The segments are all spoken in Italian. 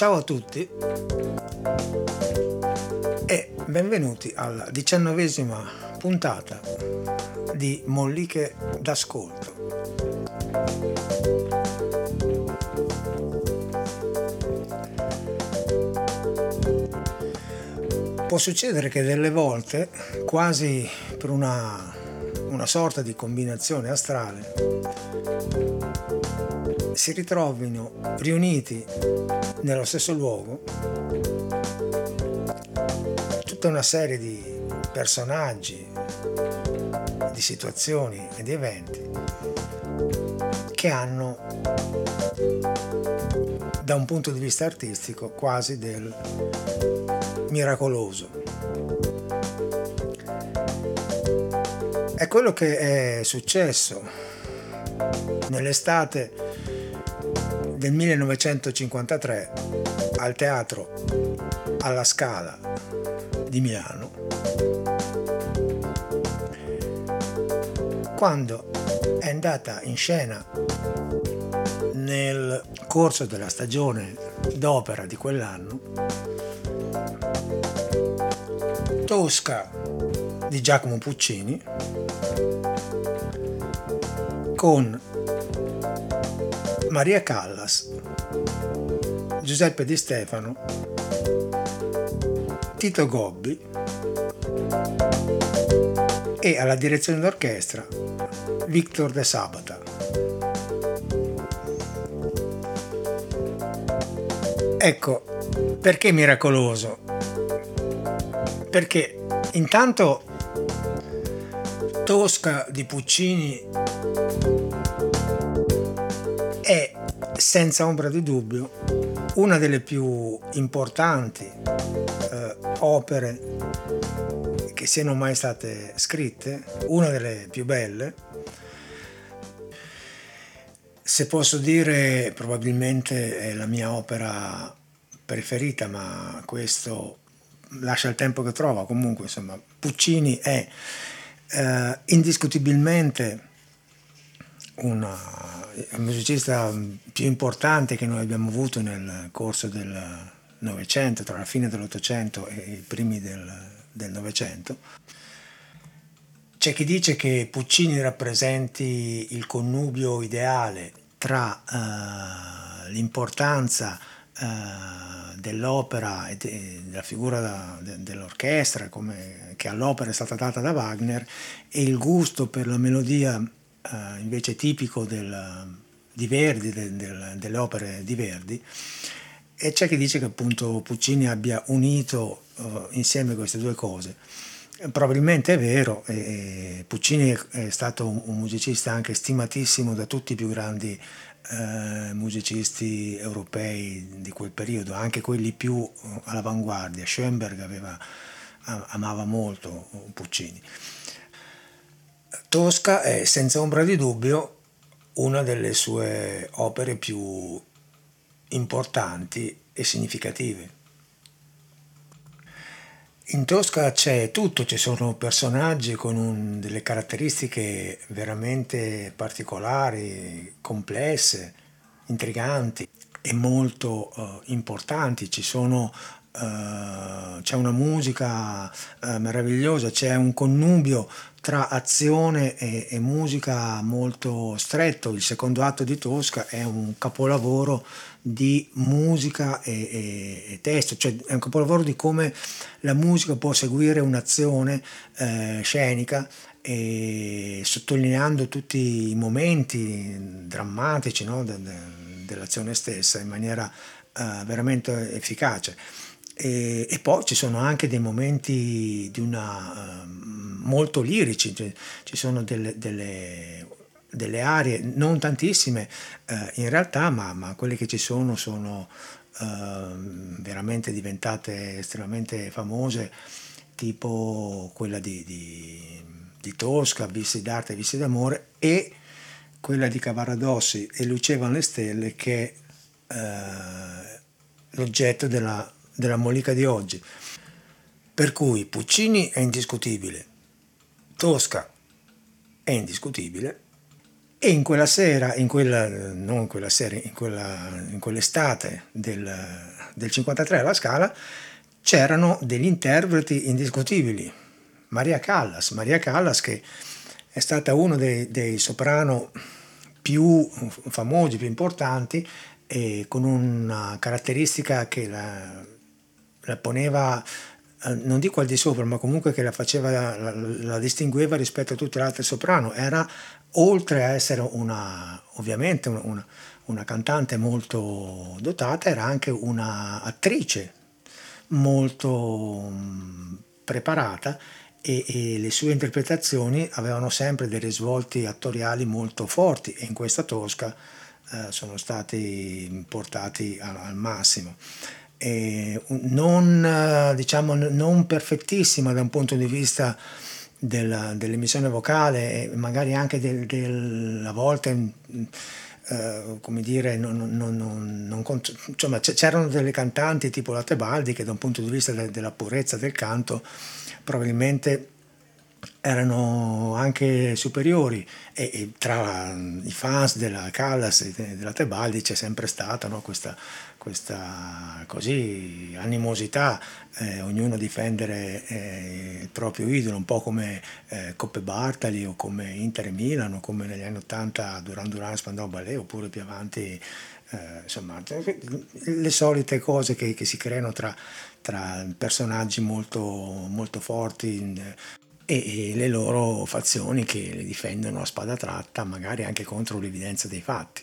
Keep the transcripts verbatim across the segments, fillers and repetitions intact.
Ciao a tutti e benvenuti alla diciannovesima puntata di Molliche d'Ascolto. Può succedere che delle volte, quasi per una, una sorta di combinazione astrale, si ritrovino riuniti nello stesso luogo tutta una serie di personaggi, di situazioni e di eventi che hanno, da un punto di vista artistico, quasi del miracoloso. È quello che è successo nell'estate del millenovecentocinquantatré al Teatro alla Scala di Milano, quando è andata in scena nel corso della stagione d'opera di quell'anno Tosca di Giacomo Puccini con Maria Callas, Giuseppe Di Stefano, Tito Gobbi e alla direzione d'orchestra Victor De Sabata. Ecco, perché miracoloso? Perché intanto Tosca di Puccini è senza ombra di dubbio una delle più importanti eh, opere che siano mai state scritte, una delle più belle. Se posso dire, probabilmente è la mia opera preferita, ma questo lascia il tempo che trova. Comunque, insomma, Puccini è eh, indiscutibilmente una, un musicista più importante che noi abbiamo avuto nel corso del Novecento, tra la fine dell'Ottocento e i primi del del Novecento. C'è chi dice che Puccini rappresenti il connubio ideale tra uh, l'importanza uh, dell'opera e de- della figura da, de- dell'orchestra, come, che all'opera è stata data da Wagner, e il gusto per la melodia uh, invece tipico del, di Verdi, de- de- delle opere di Verdi. E c'è chi dice che appunto Puccini abbia unito uh, insieme queste due cose. Probabilmente è vero, e Puccini è stato un, un musicista anche stimatissimo da tutti i più grandi eh, musicisti europei di quel periodo, anche quelli più uh, all'avanguardia. Schoenberg aveva, amava molto Puccini. Tosca è senza ombra di dubbio una delle sue opere più importanti e significative. In Tosca c'è tutto, ci sono personaggi con un, delle caratteristiche veramente particolari, complesse, intriganti e molto uh, importanti. Ci sono, uh, c'è una musica uh, meravigliosa, c'è un connubio tra azione e, e musica molto stretto. Il secondo atto di Tosca è un capolavoro di musica e, e, e testo, cioè è un capolavoro di come la musica può seguire un'azione eh, scenica, e sottolineando tutti i momenti drammatici, no, de, de, dell'azione stessa in maniera eh, veramente efficace. E, e poi ci sono anche dei momenti di una, uh, molto lirici, cioè, ci sono delle, delle, delle aree, non tantissime uh, in realtà, ma, ma quelle che ci sono sono uh, veramente diventate estremamente famose, tipo quella di, di, di Tosca, Vizi d'arte e Vizi d'amore, e quella di Cavaradossi e Lucevano le stelle, che è uh, l'oggetto della della Mollica di oggi. Per cui Puccini è indiscutibile, Tosca è indiscutibile E in quella sera, in quella, non in quella sera, in quella, in quell'estate del, del cinquantatré alla Scala, c'erano degli interpreti indiscutibili. Maria Callas, Maria Callas che è stata uno dei, dei soprano più famosi, più importanti, e con una caratteristica che la, la poneva, eh, non dico al di sopra, ma comunque che la faceva, la, la distingueva rispetto a tutte le altre soprano. Era, oltre a essere una, ovviamente una, una, una cantante molto dotata, era anche una attrice molto mh, preparata, e, e le sue interpretazioni avevano sempre dei risvolti attoriali molto forti, e in questa Tosca eh, sono stati portati al, al massimo. E non, eh, diciamo, non perfettissima da un punto di vista della, dell'emissione vocale, e magari anche del, del, a volte mh, eh, come dire, non, non, non, non cont- insomma, c'erano delle cantanti tipo la Tebaldi che da un punto di vista de- della purezza del canto probabilmente erano anche superiori, e, e tra i fans della Callas e de- della Tebaldi c'è sempre stata, no, questa, questa così animosità, eh, ognuno difendere eh, il proprio idolo, un po' come eh, Coppe Bartali o come Inter e Milan, o come negli anni ottanta Duran Duran, Spandau Ballet, oppure più avanti, eh, insomma, le solite cose che, che si creano tra, tra personaggi molto, molto forti in- e, e le loro fazioni che le difendono a spada tratta, magari anche contro l'evidenza dei fatti.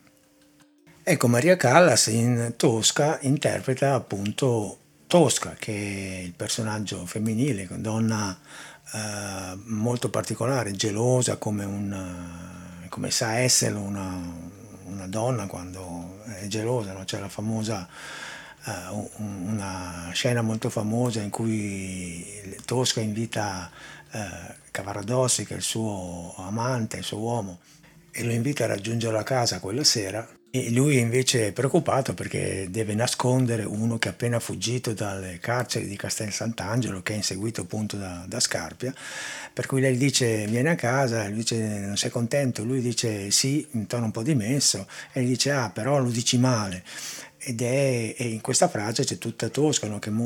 Ecco, Maria Callas in Tosca interpreta appunto Tosca, che è il personaggio femminile, una donna eh, molto particolare, gelosa, come, un, come sa essere una, una donna quando è gelosa, no? C'è la famosa, eh, una scena molto famosa in cui Tosca invita eh, Cavaradossi, che è il suo amante, il suo uomo, e lo invita a raggiungere la casa quella sera, e lui invece è preoccupato perché deve nascondere uno che è appena fuggito dalle carceri di Castel Sant'Angelo, che è inseguito appunto da, da Scarpia, per cui lei dice vieni a casa, lui dice non sei contento, lui dice sì, in tono un po' dimesso, e gli dice ah però lo dici male. Ed è, e in questa frase c'è tutta Toscano, che è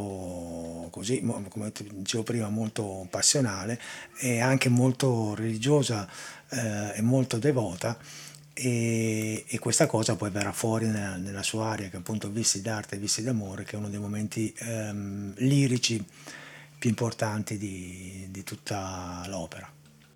molto così, come dicevo prima, molto passionale e anche molto religiosa, eh, e molto devota, e, e questa cosa poi verrà fuori nella, nella sua aria, che è appunto Visti d'arte e visti d'amore, che è uno dei momenti ehm, lirici più importanti di, di tutta l'opera.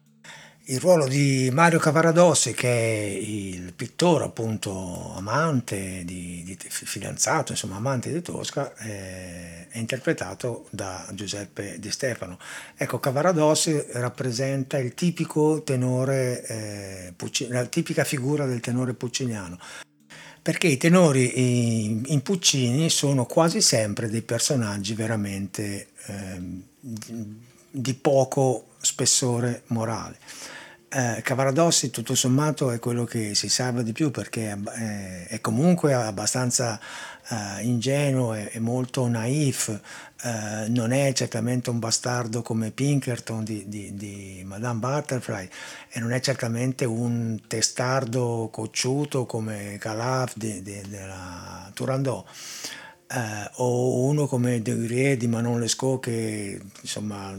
Il ruolo di Mario Cavaradossi, che è il pittore appunto amante, di, di- fidanzato, insomma amante di Tosca, è, è interpretato da Giuseppe Di Stefano. Ecco, Cavaradossi rappresenta il tipico tenore, eh, Pucci- la tipica figura del tenore pucciniano, perché i tenori in, in Puccini sono quasi sempre dei personaggi veramente ehm, di di poco spessore morale. Eh, Cavaradossi tutto sommato è quello che si salva di più, perché è, abba- è- è comunque abbastanza eh, ingenuo e, e molto naif, eh, non è certamente un bastardo come Pinkerton di, di- di Madame Butterfly, e non è certamente un testardo cocciuto come Calaf de- de- della Turandot, eh, o uno come Degré di Manon Lescaut, che insomma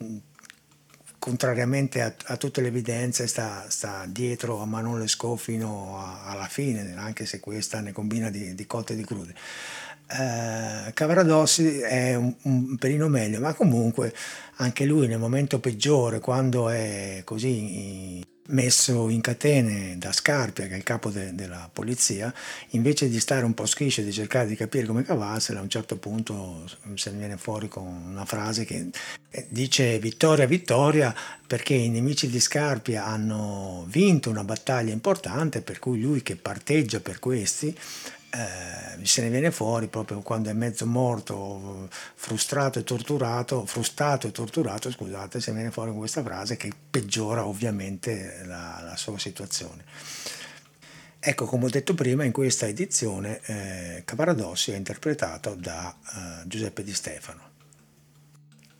contrariamente a, a tutte le evidenze sta, sta dietro a Manon Lescaut fino a- alla fine, anche se questa ne combina di, di cotte e di crude. Eh, Cavaradossi è un, un pelino meglio, ma comunque anche lui nel momento peggiore, quando è così messo in catene da Scarpia, che è il capo de- della polizia, invece di stare un po' schiscio e di cercare di capire come cavarsela, a un certo punto se ne viene fuori con una frase che eh, dice vittoria, vittoria, perché i nemici di Scarpia hanno vinto una battaglia importante, per cui lui, che parteggia per questi, eh, se ne viene fuori proprio quando è mezzo morto, frustrato e torturato, frustrato e torturato, scusate, se ne viene fuori con questa frase che peggiora ovviamente la, la sua situazione. Ecco, come ho detto prima, in questa edizione eh, Cavaradossi è interpretato da eh, Giuseppe Di Stefano.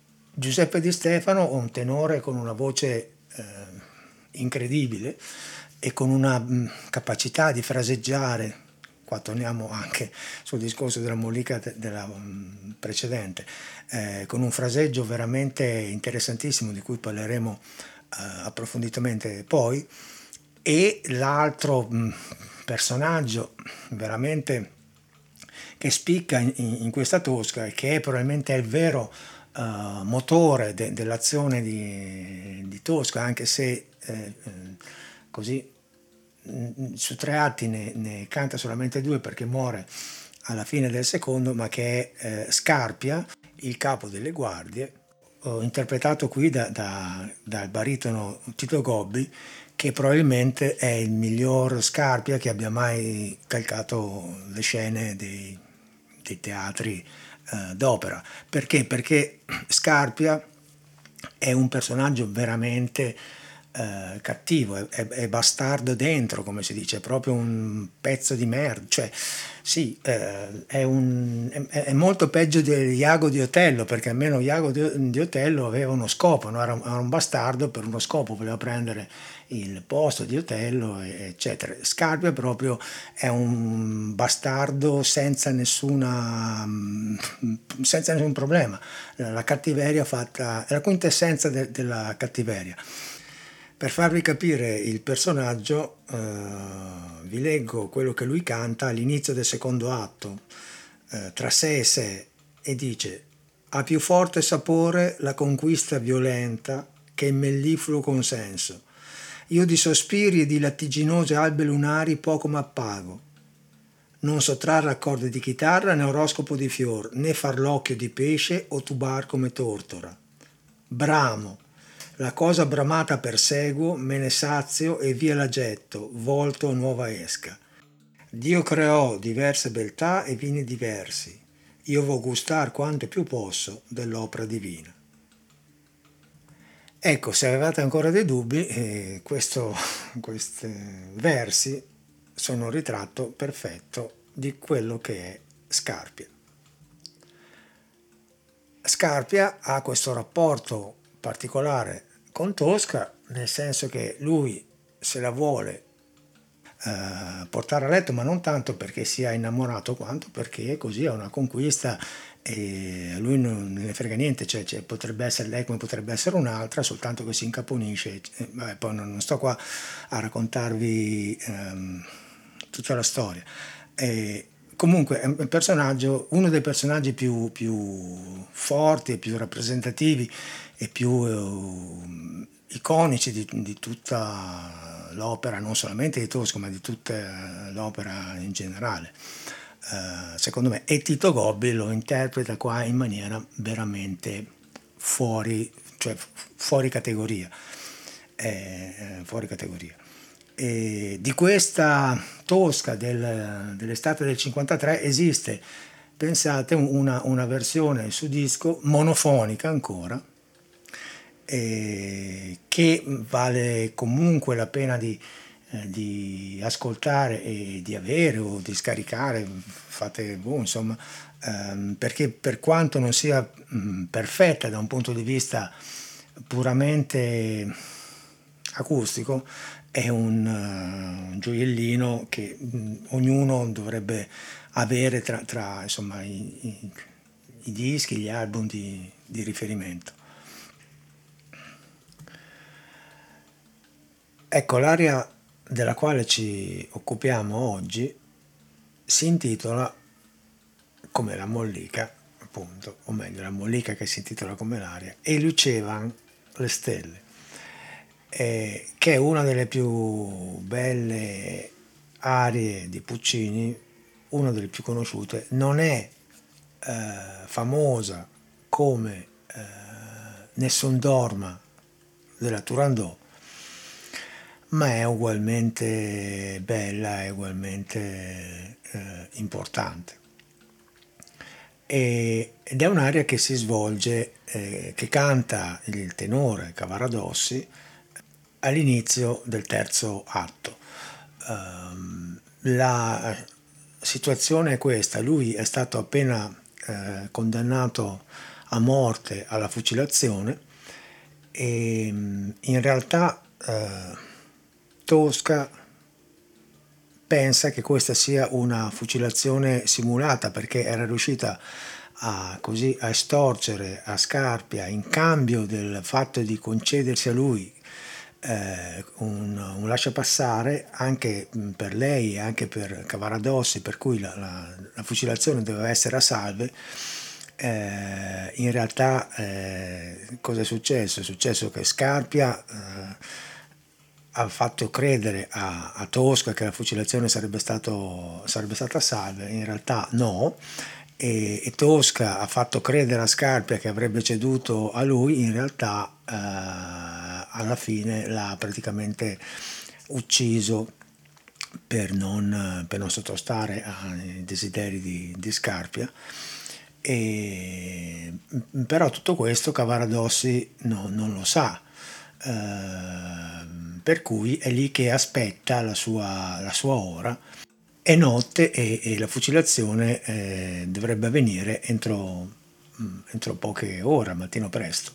Giuseppe Di Stefano, un tenore con una voce eh, incredibile, e con una mh, capacità di fraseggiare. Qua torniamo anche sul discorso della Mollica de- della mh, precedente, eh, con un fraseggio veramente interessantissimo di cui parleremo eh, approfonditamente poi, e l'altro mh, personaggio veramente che spicca in, in questa Tosca e che è probabilmente il vero uh, motore de- dell'azione di, di Tosca, anche se eh, così mh, su tre atti ne, ne canta solamente due perché muore alla fine del secondo, ma che è eh, Scarpia, il capo delle guardie, eh, interpretato qui da, da- dal baritono Tito Gobbi, che probabilmente è il miglior Scarpia che abbia mai calcato le scene dei, dei teatri eh, d'opera. Perché? Perché Scarpia è un personaggio veramente eh, cattivo, è, è- è bastardo dentro, come si dice, è proprio un pezzo di merda, cioè sì, eh, è, un- è- è molto peggio di Iago di Otello, perché almeno Iago di, di Otello aveva uno scopo, no? Era, un, era un bastardo per uno scopo, voleva prendere il posto di Otello, e- eccetera. Scarpia proprio è un bastardo senza nessuna, senza nessun problema, la cattiveria fatta, è la quintessenza de- della cattiveria. Per farvi capire il personaggio, eh, vi leggo quello che lui canta all'inizio del secondo atto, eh, tra sé e sé, e dice: ha più forte sapore la conquista violenta che il mellifluo consenso. Io di sospiri e di lattiginose albe lunari poco m'appago. Non so trarre accorde di chitarra né oroscopo di fior, né farlocchio di pesce o tubar come tortora. Bramo, la cosa bramata perseguo, me ne sazio e via la getto, volto nuova esca. Dio creò diverse beltà e vini diversi. Io vo gustar quanto più posso dell'opera divina. Ecco, se avevate ancora dei dubbi, eh, questo, questi versi sono un ritratto perfetto di quello che è Scarpia. Scarpia ha questo rapporto particolare con Tosca, nel senso che lui se la vuole eh, portare a letto, ma non tanto perché sia innamorato quanto perché così è una conquista e a lui non ne frega niente, cioè, cioè, potrebbe essere lei come potrebbe essere un'altra, soltanto che si incaponisce. E, vabbè, poi non, non sto qua a raccontarvi ehm, tutta la storia. E, comunque è un personaggio, uno dei personaggi più, più forti e più rappresentativi e più eh, iconici di, di tutta l'opera, non solamente di Tosco, ma di tutta l'opera in generale. Eh, secondo me, e Tito Gobbi lo interpreta qua in maniera veramente fuori, cioè fuori categoria. Eh, eh, fuori categoria. E di questa Tosca del- dell'estate del cinquantatré esiste, pensate, una, una versione su disco monofonica ancora, eh, che vale comunque la pena di, eh, di ascoltare e di avere o di scaricare, fate voi, insomma, ehm, perché per quanto non sia mh, perfetta da un punto di vista puramente acustico, è un, uh, un gioiellino che mh, ognuno dovrebbe avere tra, tra, insomma, i, i- i dischi, gli album di, di riferimento. Ecco, l'area della quale ci occupiamo oggi si intitola come la Mollica, appunto, o meglio la Mollica che si intitola come l'aria, e Lucevan le stelle, eh, che è una delle più belle arie di Puccini, una delle più conosciute. Non è eh, famosa come eh, Nessun dorma della Turandot, ma è ugualmente bella, è ugualmente eh, importante. E- ed è un'aria che si svolge, eh, che canta il tenore Cavaradossi all'inizio del terzo atto. Ehm, la situazione è questa: lui è stato appena eh, condannato a morte alla fucilazione e mm, in realtà eh, Tosca pensa che questa sia una fucilazione simulata perché era riuscita a, così, a estorcere a Scarpia, in cambio del fatto di concedersi a lui eh, un, un lasciapassare anche per lei e anche per Cavaradossi, per cui la, la, la fucilazione doveva essere a salve. Eh, in realtà eh, cosa è successo? È successo che Scarpia eh, ha fatto credere a, a Tosca che la fucilazione sarebbe, stato, sarebbe stata salve, in realtà no, e, e Tosca ha fatto credere a Scarpia che avrebbe ceduto a lui, in realtà eh, alla fine l'ha praticamente ucciso per non, per non sottostare ai desideri di, di Scarpia. E, però tutto questo Cavaradossi no, non lo sa, eh, per cui è lì che aspetta la sua, la sua ora. È notte e, e la fucilazione eh, dovrebbe avvenire entro, entro poche ore, al mattino presto.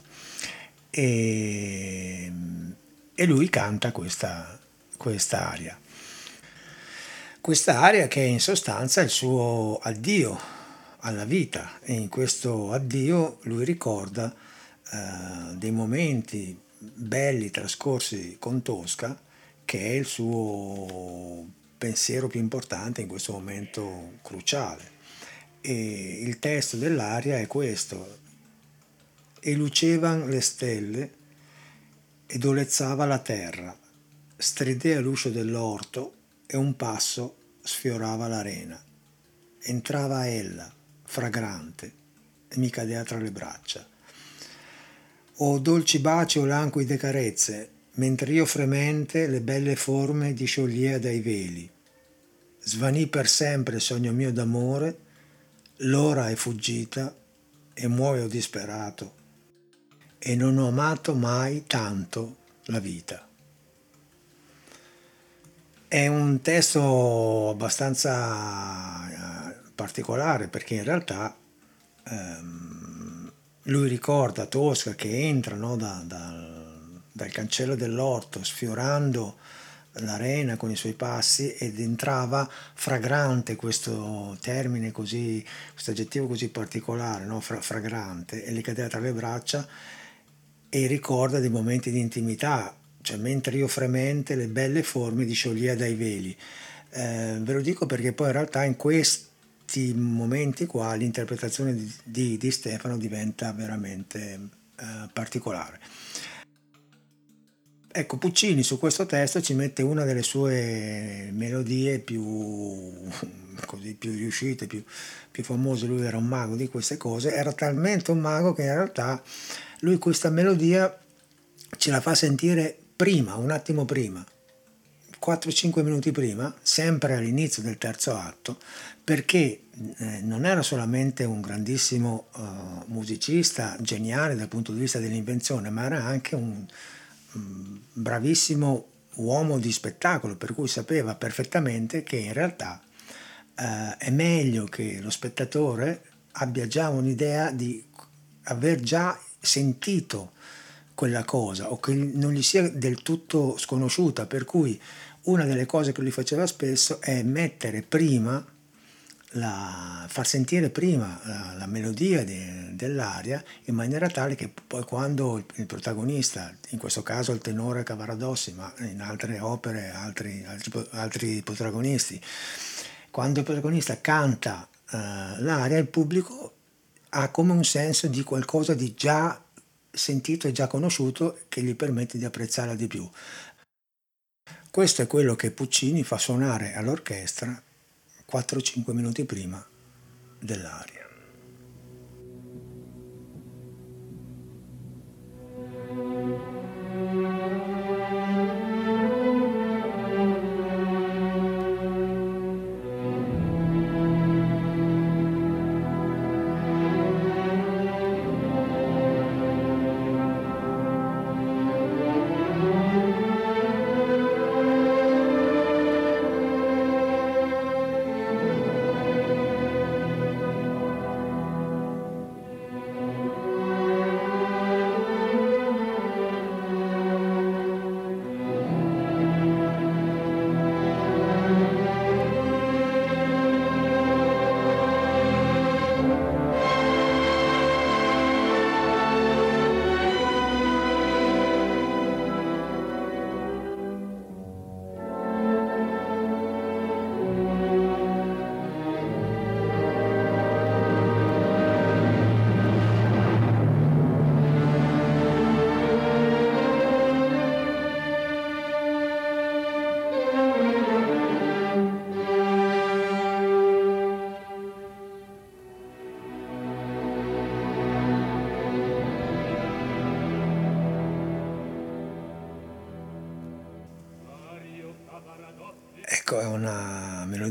E, e lui canta questa, questa aria. Questa aria che è in sostanza il suo addio alla vita, e in questo addio lui ricorda eh, dei momenti belli trascorsi con Tosca, che è il suo pensiero più importante in questo momento cruciale. E il testo dell'aria è questo: e lucevan le stelle ed olezzava la terra, stridea l'uscio dell'orto e un passo sfiorava l'arena. Entrava ella, fragrante, e mi cadea tra le braccia. O dolci baci o languide carezze, mentre io fremente le belle forme disciogliea dai veli. Svanì per sempre il sogno mio d'amore, l'ora è fuggita e muoio disperato, e non ho amato mai tanto la vita. È un testo abbastanza eh, particolare perché in realtà ehm, lui ricorda Tosca che entra, no, da, da, dal cancello dell'orto sfiorando l'arena con i suoi passi, ed entrava fragrante, questo termine così, questo aggettivo così particolare, no? Fra, fragrante, e le cadeva tra le braccia, e ricorda dei momenti di intimità, cioè mentre io fremente le belle forme di sciogliea dai veli. Eh, ve lo dico perché poi in realtà in questi momenti qua l'interpretazione di, di, di Stefano diventa veramente eh, particolare. Ecco, Puccini su questo testo ci mette una delle sue melodie più, così, più riuscite, più, più famose. Lui era un mago di queste cose, era talmente un mago che in realtà lui questa melodia ce la fa sentire prima, un attimo prima, quattro cinque minuti prima, sempre all'inizio del terzo atto, perché eh, non era solamente un grandissimo uh, musicista, geniale dal punto di vista dell'invenzione, ma era anche un bravissimo uomo di spettacolo, per cui sapeva perfettamente che in realtà eh, è meglio che lo spettatore abbia già un'idea di aver già sentito quella cosa o che non gli sia del tutto sconosciuta, per cui una delle cose che lui faceva spesso è mettere prima La, far sentire prima la, la melodia de, dell'aria, in maniera tale che poi quando il, il protagonista, in questo caso il tenore Cavaradossi, ma in altre opere altri, altri, altri protagonisti, quando il protagonista canta uh, l'aria, il pubblico ha come un senso di qualcosa di già sentito e già conosciuto che gli permette di apprezzarla di più. Questo è quello che Puccini fa suonare all'orchestra quattro cinque minuti prima dell'aria.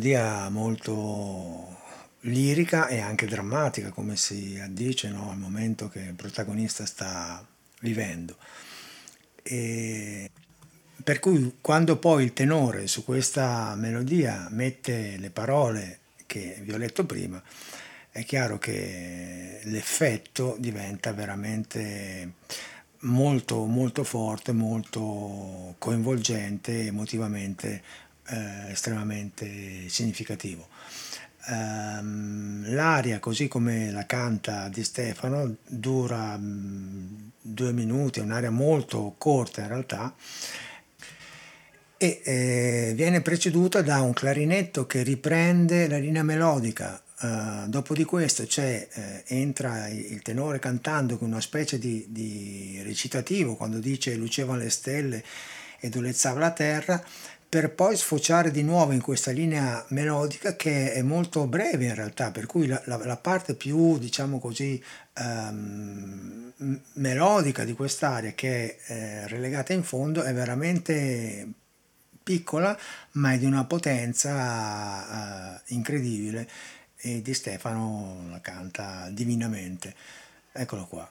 melodia molto lirica e anche drammatica, come si addice, no, al momento che il protagonista sta vivendo. E per cui quando poi il tenore su questa melodia mette le parole che vi ho letto prima, è chiaro che l'effetto diventa veramente molto molto forte, molto coinvolgente, emotivamente eh, estremamente significativo. Ehm, l'aria, così come la canta Di Stefano, dura mm, due minuti, è un'aria molto corta in realtà, e eh, viene preceduta da un clarinetto che riprende la linea melodica. Eh, dopo di questo c'è, eh, entra il tenore cantando con una specie di, di recitativo quando dice lucevano le stelle e dolezzava la terra, per poi sfociare di nuovo in questa linea melodica che è molto breve in realtà, per cui la, la- la parte più, diciamo così, ehm, m- melodica di quest'aria, che è eh, relegata in fondo, è veramente piccola, ma è di una potenza eh, incredibile, e Di Stefano la canta divinamente. Eccolo qua.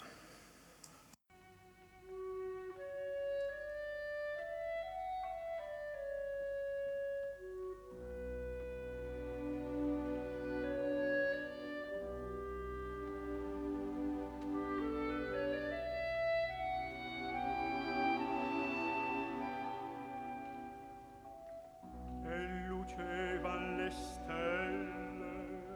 E lucevan le stelle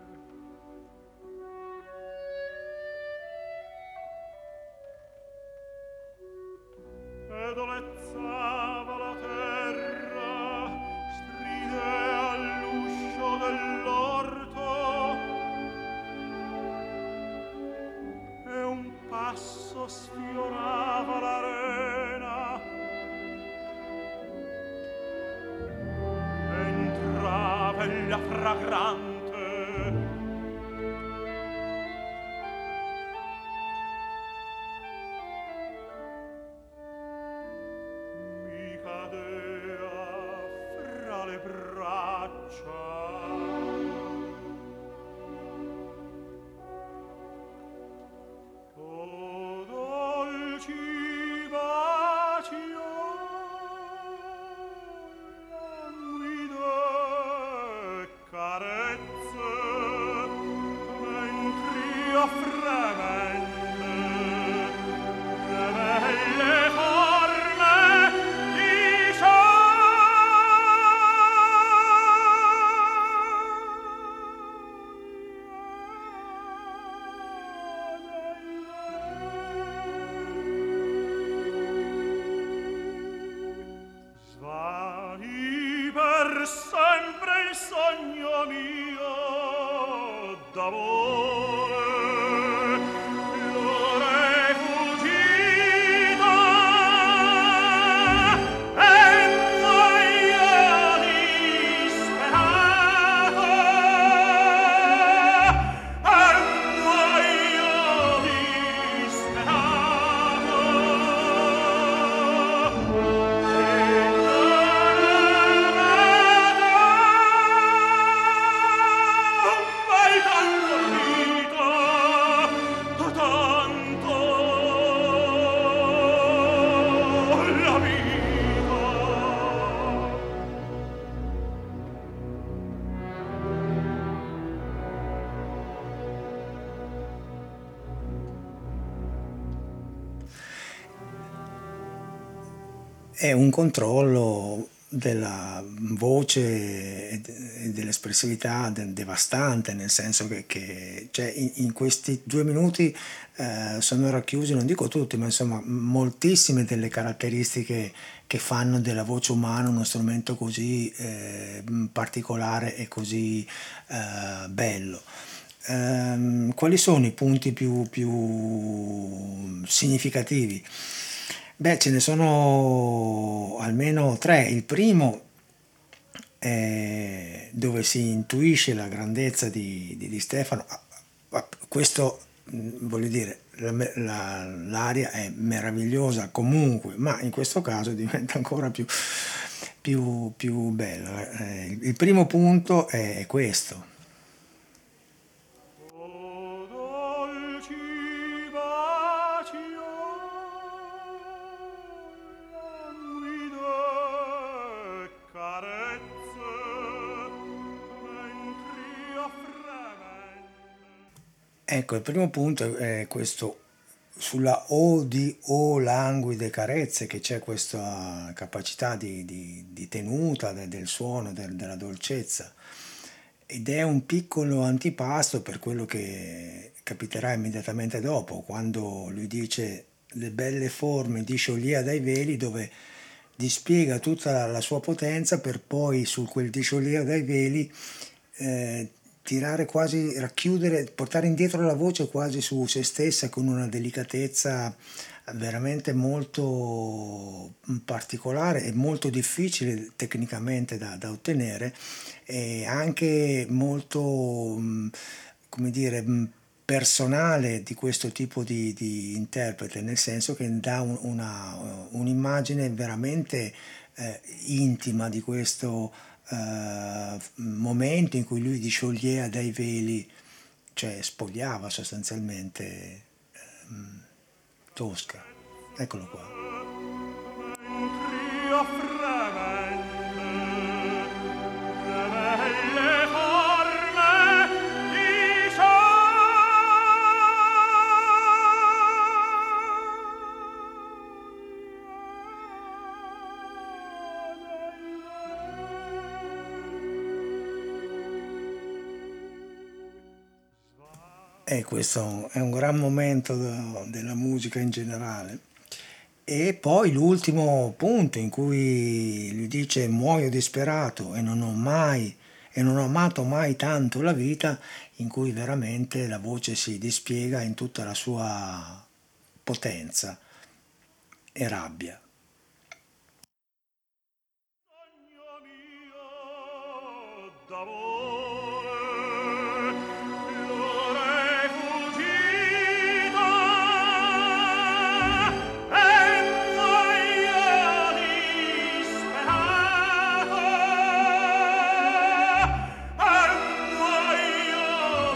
ed olezzava la terra, stride all'uscio dell'orto, e un passo sfiorava l'arena. Entrava la fragrante mi cadea fra le braccia. O dolci baci, languide carezze, mentr'io fremente le belle forme svani per sempre il sogno mio d'amore, l'ora è fuggita e muoio disperato, e muoio disperato. È un controllo della voce e de- e dell'espressività de- devastante, nel senso che, che, cioè, in, in questi due minuti eh, sono racchiusi, non dico tutti, ma insomma moltissime delle caratteristiche che fanno della voce umana uno strumento così eh, particolare e così eh, bello. Ehm, quali sono i punti più, più significativi? Beh, ce ne sono almeno tre. Il primo è dove si intuisce la grandezza di, di, di Stefano. Ah, ah, Questo, mh, voglio dire, la me- la- l'aria è meravigliosa comunque, ma in questo caso diventa ancora più, più, più bello. Eh, il primo punto è questo. O dolci baci, o languide carezze, mentre io fremente. Ecco, il primo punto è questo, sulla O di O languide carezze, che c'è questa capacità di, di- di tenuta de- del suono, del- della dolcezza, ed è un piccolo antipasto per quello che capiterà immediatamente dopo, quando lui dice le belle forme di Scioglia dai veli, dove dispiega tutta la, la sua potenza per poi su quel disciolire dai veli eh, tirare quasi, racchiudere, portare indietro la voce quasi su se stessa con una delicatezza veramente molto particolare e molto difficile tecnicamente da, da ottenere e anche molto, mh, come dire, mh, personale di questo tipo di, di interprete, nel senso che dà un- una, un'immagine veramente eh, intima di questo eh, momento in cui lui discioglieva dai veli, cioè spogliava sostanzialmente ehm, Tosca. Eccolo qua. Mentr'io fremente le belle forme di E questo è un gran momento de- della musica in generale. E poi l'ultimo punto in cui lui dice muoio disperato e non ho mai e non ho amato mai tanto la vita, in cui veramente la voce si dispiega in tutta la sua potenza e rabbia. sogno mio d'amore, l'ora è fuggita e muoio disperato, e muoio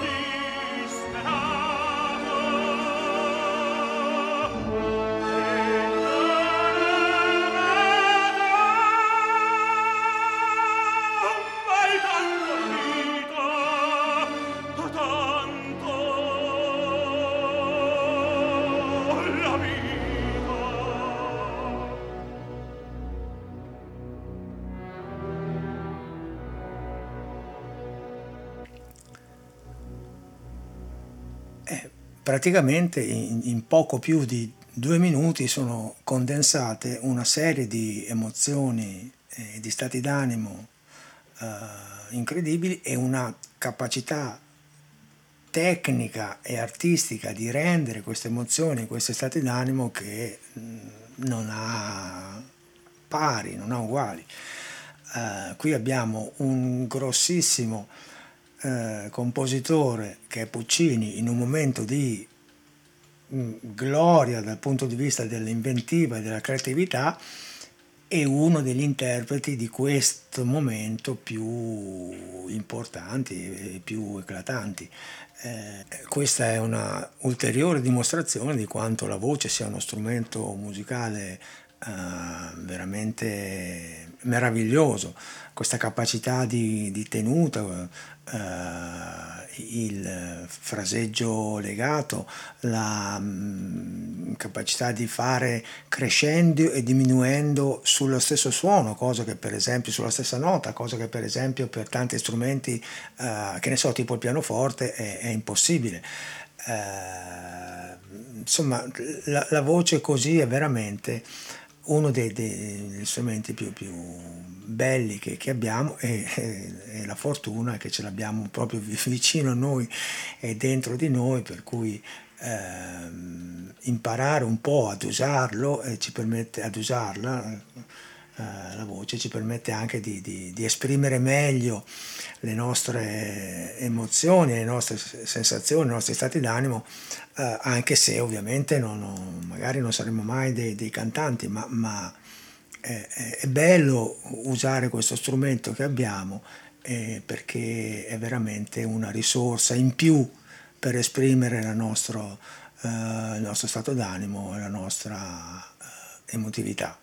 Eh, praticamente in, in poco più di due minuti sono condensate una serie di emozioni e di stati d'animo eh, incredibili e una capacità tecnica e artistica di rendere queste emozioni, questi stati d'animo che mh, non ha pari, non ha uguali. Eh, qui abbiamo un grossissimo eh, compositore che è Puccini in un momento di mh, gloria dal punto di vista dell'inventiva e della creatività e uno degli interpreti di questo momento più importanti e più eclatanti. Eh, questa è una ulteriore dimostrazione di quanto la voce sia uno strumento musicale eh, veramente meraviglioso, questa capacità di, di tenuta, eh, il fraseggio legato, la mh, capacità di fare crescendo e diminuendo sullo stesso suono, cosa che per esempio sulla stessa nota, cosa che per esempio per tanti strumenti, eh, che ne so, tipo il pianoforte, è, è impossibile. Eh, insomma, la, la voce così è veramente uno dei, degli strumenti più, più belli che, che abbiamo e, e- e la fortuna è che ce l'abbiamo proprio vi- vicino a noi e dentro di noi, per cui ehm, imparare un po' ad usarlo e ci permette ad usarla, eh, la voce ci permette anche di, di- di esprimere meglio le nostre emozioni, le nostre sensazioni, i nostri stati d'animo, eh, anche se ovviamente non- non- magari non saremo mai dei, dei cantanti, ma, ma è, è bello usare questo strumento che abbiamo eh, perché è veramente una risorsa in più per esprimere la nostro, eh, il nostro stato d'animo e la nostra eh, emotività.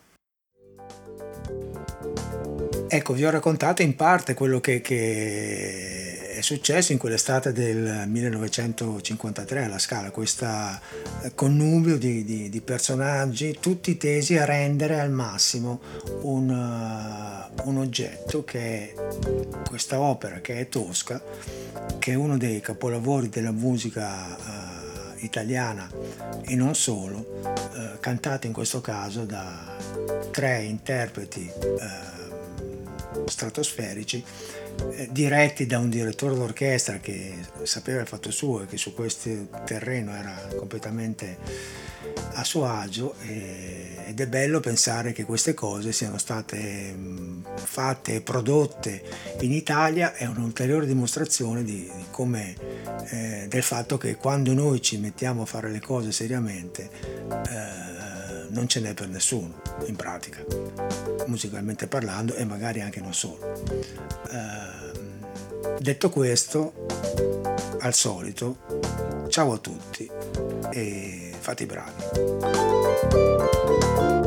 Ecco, vi ho raccontato in parte quello che, che è successo in quell'estate del millenovecentocinquantatré alla Scala, questo connubio di, di, di personaggi tutti tesi a rendere al massimo un, uh, un oggetto che è questa opera che è Tosca, che è uno dei capolavori della musica uh, italiana e non solo, uh, cantato in questo caso da tre interpreti uh, stratosferici eh, diretti da un direttore d'orchestra che sapeva il fatto suo e che su questo terreno era completamente a suo agio e, ed è bello pensare che queste cose siano state mh, fatte e prodotte in Italia. È un'ulteriore dimostrazione di, di come eh, del fatto che quando noi ci mettiamo a fare le cose seriamente eh, non ce n'è per nessuno in pratica, musicalmente parlando e magari anche non solo. Eh, detto questo, al solito, ciao a tutti e fate i bravi.